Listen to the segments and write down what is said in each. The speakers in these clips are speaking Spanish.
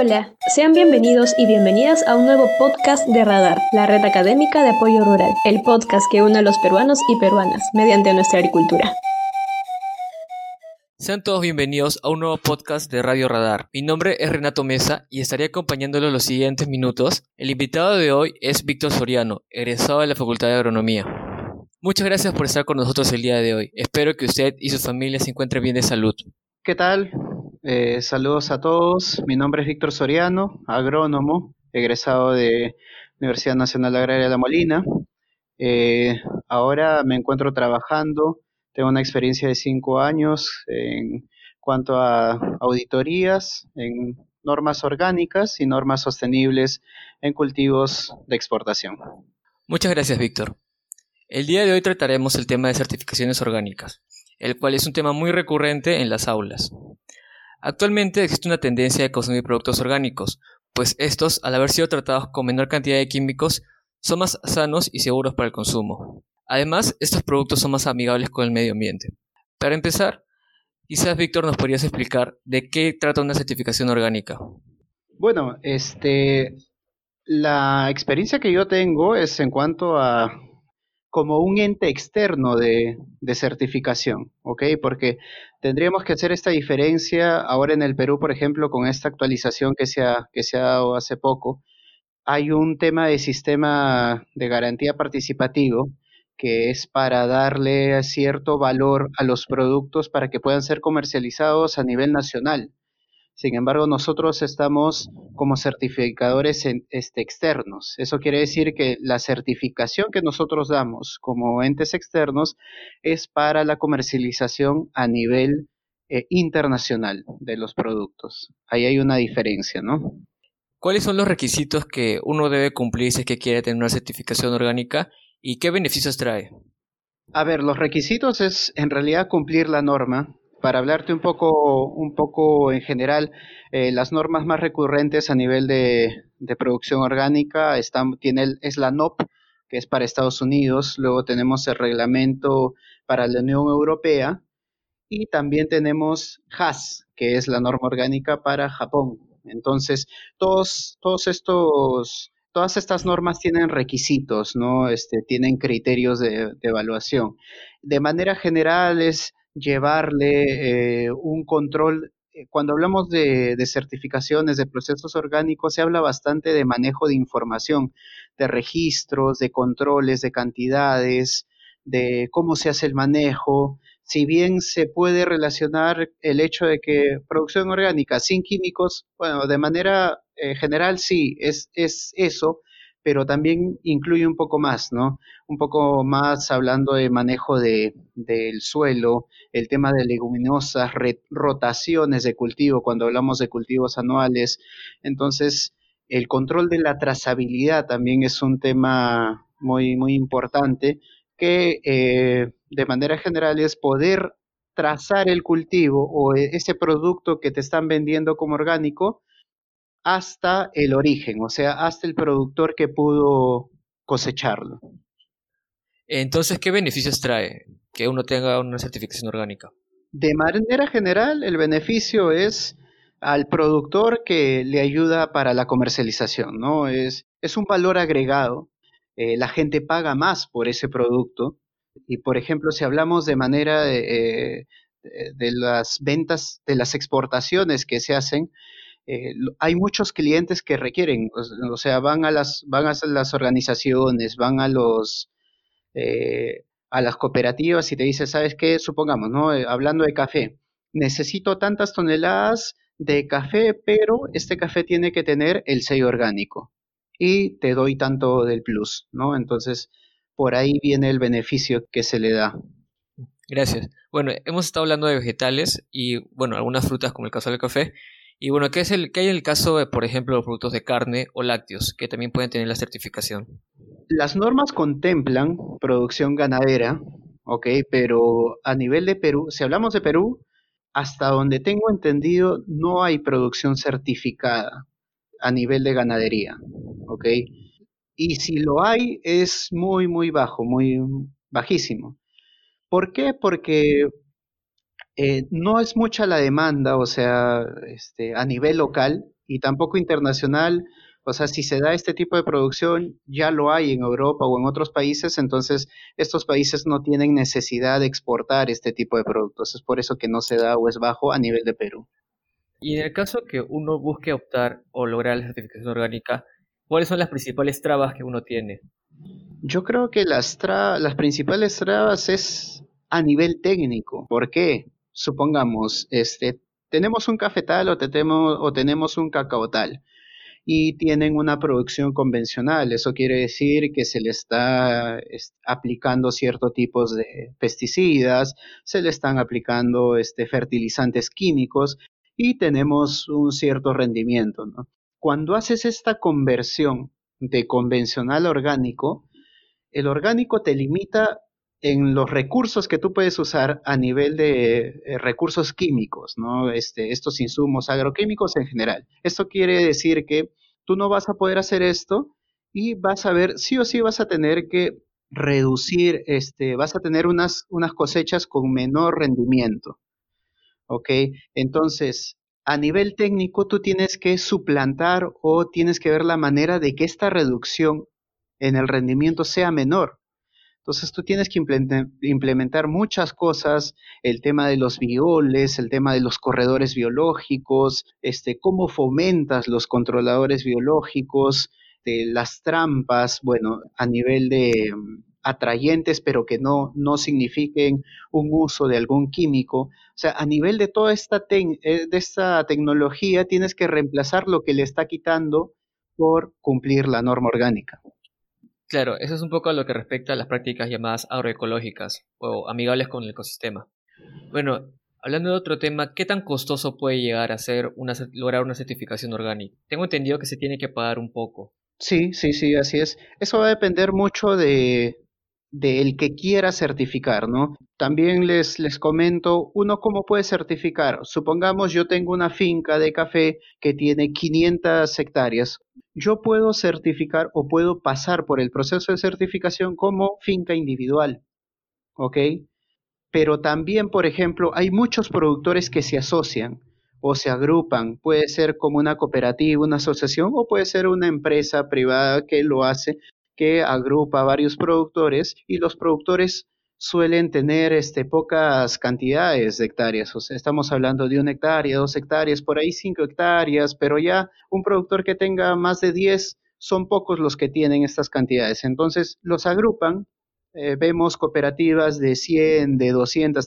Hola, sean bienvenidos y bienvenidas a un nuevo podcast de Radar, la red académica de apoyo rural, el podcast que une a los peruanos y peruanas mediante nuestra agricultura. Sean todos bienvenidos a un nuevo podcast de Radio Radar. Mi nombre es Renato Mesa y estaré acompañándolo los siguientes minutos. El invitado de hoy es Víctor Soriano, egresado de la Facultad de Agronomía. Muchas gracias por estar con nosotros el día de hoy. Espero que usted y su familia se encuentren bien de salud. ¿Qué tal? Saludos a todos. Mi nombre es Víctor Soriano, agrónomo, egresado de Universidad Nacional Agraria de La Molina. Ahora me encuentro trabajando, tengo una experiencia de 5 años en cuanto a auditorías, en normas orgánicas y normas sostenibles en cultivos de exportación. Muchas gracias, Víctor. El día de hoy trataremos el tema de certificaciones orgánicas, el cual es un tema muy recurrente en las aulas. Actualmente existe una tendencia de consumir productos orgánicos, pues estos, al haber sido tratados con menor cantidad de químicos, son más sanos y seguros para el consumo. Además, estos productos son más amigables con el medio ambiente. Para empezar, quizás Víctor nos podrías explicar de qué trata una certificación orgánica. Bueno, la experiencia que yo tengo es en cuanto a como un ente externo de certificación, ¿ok? Porque tendríamos que hacer esta diferencia ahora en el Perú, por ejemplo, con esta actualización que se ha dado hace poco. Hay un tema de sistema de garantía participativo que es para darle cierto valor a los productos para que puedan ser comercializados a nivel nacional. Sin embargo, nosotros estamos como certificadores externos. Eso quiere decir que la certificación que nosotros damos como entes externos es para la comercialización a nivel internacional de los productos. Ahí hay una diferencia, ¿no? ¿Cuáles son los requisitos que uno debe cumplir si es que quiere tener una certificación orgánica y qué beneficios trae? A ver, los requisitos es en realidad cumplir la norma. Para hablarte un poco en general, las normas más recurrentes a nivel de producción orgánica es la NOP, que es para Estados Unidos, luego tenemos el reglamento para la Unión Europea y también tenemos HACCP, que es la norma orgánica para Japón. Entonces, todas estas normas tienen requisitos, ¿no? Tienen criterios de evaluación. De manera general es llevarle un control. Cuando hablamos de certificaciones, de procesos orgánicos, se habla bastante de manejo de información, de registros, de controles, de cantidades, de cómo se hace el manejo. Si bien se puede relacionar el hecho de que producción orgánica sin químicos, bueno, de manera general sí, es eso, pero también incluye un poco más, ¿no? Un poco más hablando de manejo del suelo, el tema de leguminosas, rotaciones de cultivo, cuando hablamos de cultivos anuales. Entonces, el control de la trazabilidad también es un tema muy, muy importante que de manera general es poder trazar el cultivo o ese producto que te están vendiendo como orgánico hasta el origen, o sea, hasta el productor que pudo cosecharlo. Entonces, ¿qué beneficios trae que uno tenga una certificación orgánica? De manera general, el beneficio es al productor que le ayuda para la comercialización, ¿no? Es un valor agregado. La gente paga más por ese producto. Y, por ejemplo, si hablamos de manera de las ventas, de las exportaciones que se hacen, hay muchos clientes que requieren, o sea, van a las organizaciones, van a las cooperativas y te dice, ¿sabes qué? Supongamos, ¿no? Hablando de café, necesito tantas toneladas de café, pero este café tiene que tener el sello orgánico y te doy tanto del plus, ¿no? Entonces, por ahí viene el beneficio que se le da. Gracias. Bueno, hemos estado hablando de vegetales y, bueno, algunas frutas como el caso del café. Y bueno, ¿qué hay en el caso de, por ejemplo, los productos de carne o lácteos que también pueden tener la certificación? Las normas contemplan producción ganadera, ¿ok? Pero a nivel de Perú, si hablamos de Perú, hasta donde tengo entendido, no hay producción certificada a nivel de ganadería, ¿ok? Y si lo hay, es muy, muy bajo, muy bajísimo. ¿Por qué? Porque no es mucha la demanda, o sea, a nivel local, y tampoco internacional. O sea, si se da este tipo de producción, ya lo hay en Europa o en otros países, entonces estos países no tienen necesidad de exportar este tipo de productos. Es por eso que no se da o es bajo a nivel de Perú. Y en el caso que uno busque optar o lograr la certificación orgánica, ¿cuáles son las principales trabas que uno tiene? Yo creo que las principales trabas es a nivel técnico. ¿Por qué? Supongamos, tenemos un cafetal o tenemos un cacaotal y tienen una producción convencional. Eso quiere decir que se le está aplicando ciertos tipos de pesticidas, se le están aplicando fertilizantes químicos y tenemos un cierto rendimiento, ¿no? Cuando haces esta conversión de convencional a orgánico, el orgánico te limita en los recursos que tú puedes usar a nivel de recursos químicos, ¿no? Estos insumos agroquímicos en general. Esto quiere decir que tú no vas a poder hacer esto y vas a ver, sí o sí vas a tener que reducir, vas a tener unas cosechas con menor rendimiento, ¿ok? Entonces, a nivel técnico, tú tienes que suplantar o tienes que ver la manera de que esta reducción en el rendimiento sea menor. Entonces tú tienes que implementar muchas cosas, el tema de los bioles, el tema de los corredores biológicos, cómo fomentas los controladores biológicos, de las trampas, bueno, a nivel de atrayentes, pero que no signifiquen un uso de algún químico. O sea, a nivel de toda de esta tecnología, tienes que reemplazar lo que le está quitando por cumplir la norma orgánica. Claro, eso es un poco a lo que respecta a las prácticas llamadas agroecológicas o amigables con el ecosistema. Bueno, hablando de otro tema, ¿qué tan costoso puede llegar a ser lograr una certificación orgánica? Tengo entendido que se tiene que pagar un poco. Sí, sí, sí, así es. Eso va a depender mucho de el que quiera certificar, ¿no? También les comento, uno cómo puede certificar. Supongamos yo tengo una finca de café que tiene 500 hectáreas. Yo puedo certificar o puedo pasar por el proceso de certificación como finca individual, ¿ok? Pero también, por ejemplo, hay muchos productores que se asocian o se agrupan. Puede ser como una cooperativa, una asociación, o puede ser una empresa privada que lo hace, que agrupa a varios productores y los productores suelen tener pocas cantidades de hectáreas. O sea, estamos hablando de 1 hectárea, 2 hectáreas, por ahí 5 hectáreas, pero ya un productor que tenga más de 10 son pocos los que tienen estas cantidades. Entonces los agrupan, vemos cooperativas de 100, de 200,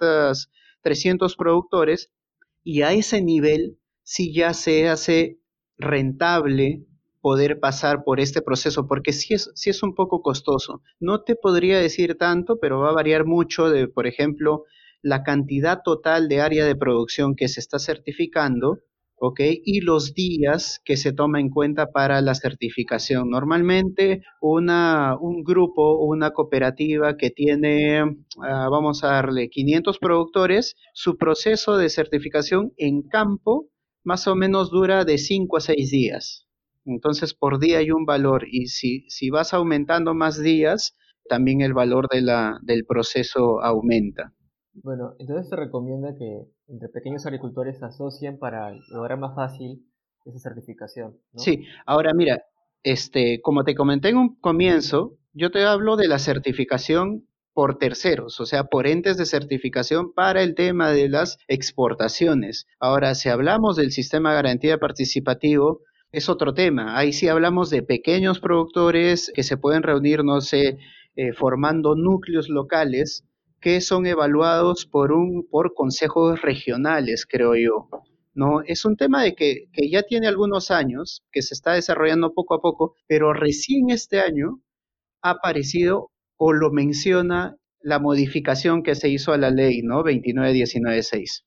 300 productores y a ese nivel sí ya se hace rentable poder pasar por este proceso, porque sí es un poco costoso. No te podría decir tanto, pero va a variar mucho de, por ejemplo, la cantidad total de área de producción que se está certificando, ¿ok? Y los días que se toma en cuenta para la certificación. Normalmente un grupo o una cooperativa que tiene, vamos a darle 500 productores, su proceso de certificación en campo más o menos dura de 5 a 6 días. Entonces, por día hay un valor y si vas aumentando más días, también el valor del proceso aumenta. Bueno, entonces se recomienda que entre pequeños agricultores se asocien para lograr más fácil esa certificación, ¿no? Sí, ahora mira, como te comenté en un comienzo, yo te hablo de la certificación por terceros, o sea, por entes de certificación para el tema de las exportaciones. Ahora, si hablamos del sistema de garantía participativo, es otro tema. Ahí sí hablamos de pequeños productores que se pueden reunir, no sé, formando núcleos locales que son evaluados por consejos regionales, creo yo. No, es un tema que ya tiene algunos años, que se está desarrollando poco a poco, pero recién este año ha aparecido o lo menciona la modificación que se hizo a la ley, ¿no? 29.19.6.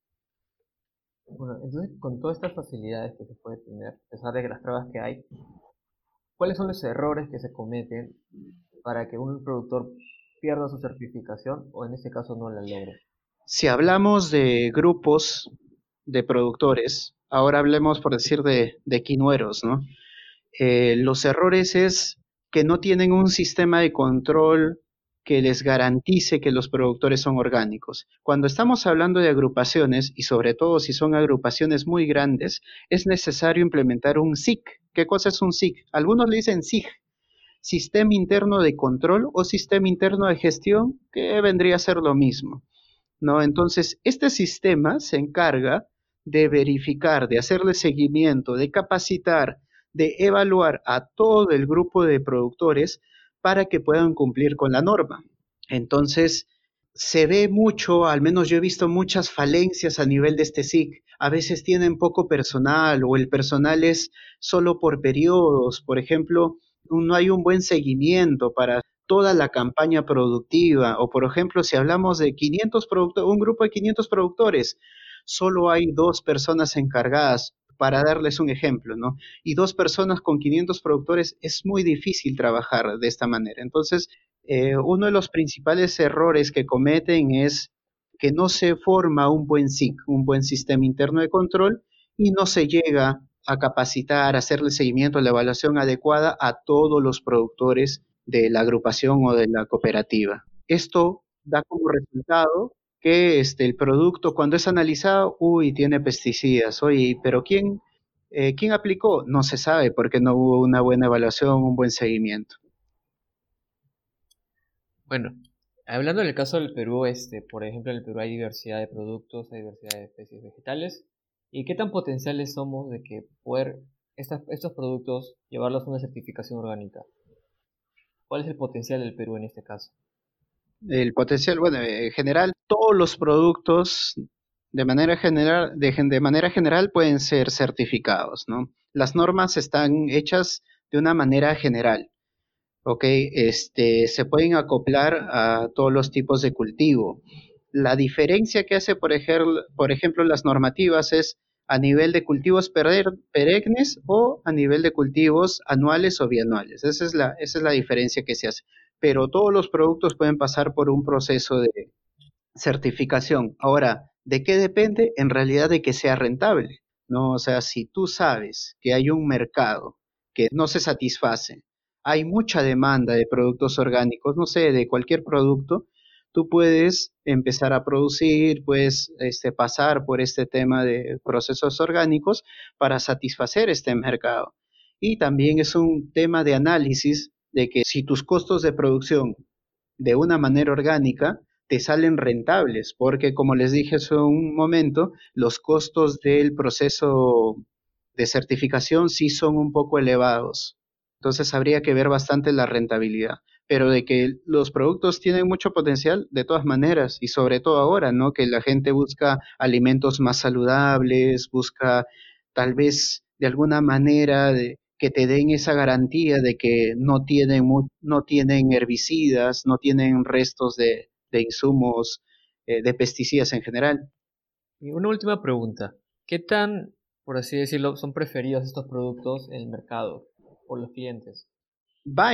Bueno, entonces con todas estas facilidades que se puede tener, a pesar de que las trabas que hay, ¿cuáles son los errores que se cometen para que un productor pierda su certificación o en este caso no la logre? Si hablamos de grupos de productores, ahora hablemos por decir de quinueros, ¿no? Los errores es que no tienen un sistema de control que les garantice que los productores son orgánicos. Cuando estamos hablando de agrupaciones, y sobre todo si son agrupaciones muy grandes, es necesario implementar un SIC. ¿Qué cosa es un SIC? Algunos le dicen SIG, Sistema Interno de Control o Sistema Interno de Gestión, que vendría a ser lo mismo, ¿no? Entonces, este sistema se encarga de verificar, de hacerle seguimiento, de capacitar, de evaluar a todo el grupo de productores para que puedan cumplir con la norma. Entonces, se ve mucho, al menos yo he visto muchas falencias a nivel de este SIC. A veces tienen poco personal o el personal es solo por periodos. Por ejemplo, no hay un buen seguimiento para toda la campaña productiva. O por ejemplo, si hablamos de 500 un grupo de 500 productores, solo hay 2 personas encargadas, para darles un ejemplo, ¿no? Y 2 personas con 500 productores es muy difícil trabajar de esta manera. Entonces, uno de los principales errores que cometen es que no se forma un buen SIC, un buen sistema interno de control, y no se llega a capacitar, a hacerle seguimiento, la evaluación adecuada a todos los productores de la agrupación o de la cooperativa. Esto da como resultado que el producto cuando es analizado, tiene pesticidas. Oye, pero ¿quién aplicó? No se sabe porque no hubo una buena evaluación, un buen seguimiento. Bueno, hablando del caso del Perú, por ejemplo, en el Perú hay diversidad de productos, hay diversidad de especies vegetales. ¿Y qué tan potenciales somos de que poder estos productos llevarlos a una certificación orgánica? ¿Cuál es el potencial del Perú en este caso? El potencial, bueno, en general, todos los productos de manera general pueden ser certificados, ¿no? Las normas están hechas de una manera general, ¿ok? Se pueden acoplar a todos los tipos de cultivo. La diferencia que hace, por ejemplo, las normativas es a nivel de cultivos perennes o a nivel de cultivos anuales o bianuales. Esa es la diferencia que se hace. Pero todos los productos pueden pasar por un proceso de certificación. Ahora, ¿de qué depende? En realidad de que sea rentable, ¿no? O sea, si tú sabes que hay un mercado que no se satisface, hay mucha demanda de productos orgánicos, no sé, de cualquier producto, tú puedes empezar a producir, puedes pasar por este tema de procesos orgánicos para satisfacer este mercado. Y también es un tema de análisis de que si tus costos de producción de una manera orgánica te salen rentables, porque como les dije hace un momento, los costos del proceso de certificación sí son un poco elevados. Entonces habría que ver bastante la rentabilidad. Pero de que los productos tienen mucho potencial, de todas maneras, y sobre todo ahora, ¿no? Que la gente busca alimentos más saludables, busca tal vez de alguna manera que te den esa garantía de que no tienen herbicidas, no tienen restos de insumos, de pesticidas en general. Y una última pregunta. ¿Qué tan, por así decirlo, son preferidos estos productos en el mercado por los clientes? Va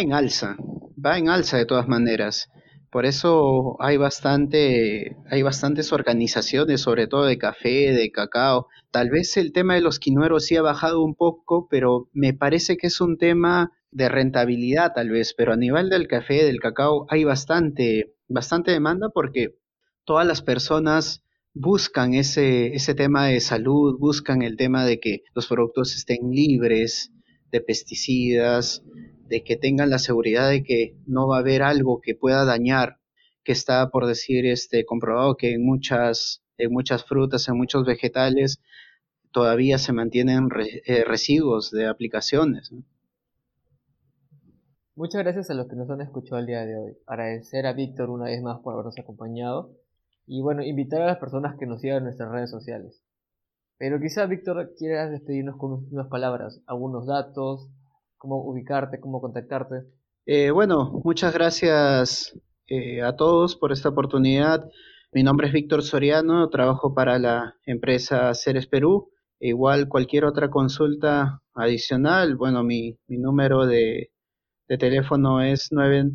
en alza de todas maneras. Por eso hay bastantes organizaciones, sobre todo de café, de cacao. Tal vez el tema de los quinueros sí ha bajado un poco, pero me parece que es un tema de rentabilidad tal vez, pero a nivel del café, del cacao, hay bastante demanda porque todas las personas buscan ese tema de salud, buscan el tema de que los productos estén libres de pesticidas, de que tengan la seguridad de que no va a haber algo que pueda dañar, que está por decir comprobado que en muchas frutas, en muchos vegetales, todavía se mantienen residuos de aplicaciones, ¿no? Muchas gracias a los que nos han escuchado el día de hoy. Agradecer a Víctor una vez más por habernos acompañado. Y bueno, invitar a las personas que nos sigan en nuestras redes sociales. Pero quizás, Víctor, quieras despedirnos con unas palabras, algunos datos, cómo ubicarte, cómo contactarte. Bueno, muchas gracias a todos por esta oportunidad. Mi nombre es Víctor Soriano, trabajo para la empresa Ceres Perú. Igual cualquier otra consulta adicional, bueno, mi número de teléfono es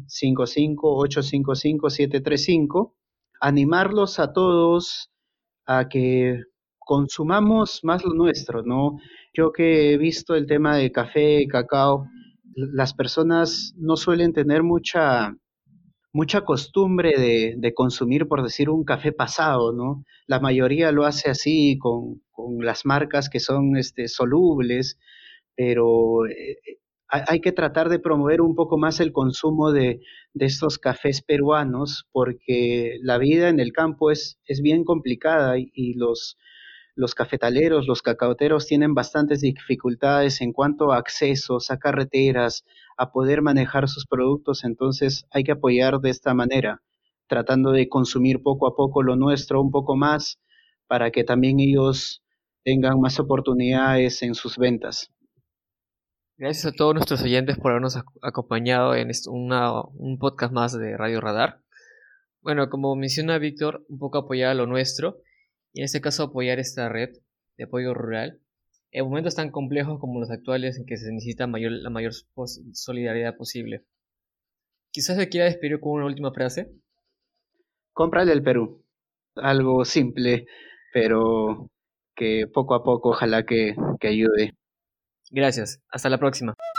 955-855-735. Animarlos a todos a que consumamos más lo nuestro, ¿no? Yo que he visto el tema de café, cacao, las personas no suelen tener mucha costumbre de consumir, por decir, un café pasado, ¿no? La mayoría lo hace así con las marcas que son solubles, pero hay que tratar de promover un poco más el consumo de estos cafés peruanos, porque la vida en el campo es bien complicada y los cafetaleros, los cacaoteros tienen bastantes dificultades en cuanto a accesos a carreteras, a poder manejar sus productos, entonces hay que apoyar de esta manera, tratando de consumir poco a poco lo nuestro un poco más para que también ellos tengan más oportunidades en sus ventas. Gracias a todos nuestros oyentes por habernos acompañado en un podcast más de Radio Radar. Bueno, como menciona Víctor, un poco apoyar a lo nuestro, y en este caso apoyar esta red de apoyo rural. En momentos tan complejos como los actuales en que se necesita la mayor solidaridad posible. Quizás se quiera despedir con una última frase. Cómprale el Perú, algo simple, pero que poco a poco ojalá que ayude. Gracias, hasta la próxima.